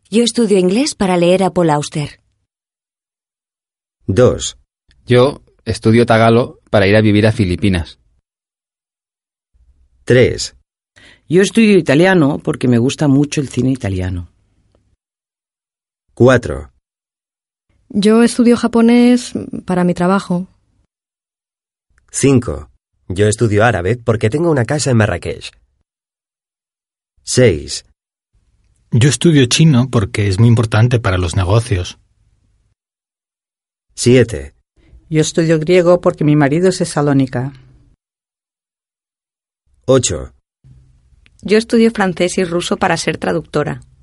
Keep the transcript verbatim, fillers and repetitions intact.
Yo estudio inglés para leer a Paul Auster. dos. Yo estudio tagalo para ir a vivir a Filipinas. tres. Yo estudio italiano porque me gusta mucho el cine italiano. cuatro. Yo estudio japonés para mi trabajo. cinco. Yo estudio árabe porque tengo una casa en Marrakech. seis. Yo estudio chino porque es muy importante para los negocios. siete. Yo estudio griego porque mi marido es de Salónica. ocho. Yo estudio francés y ruso para ser traductora.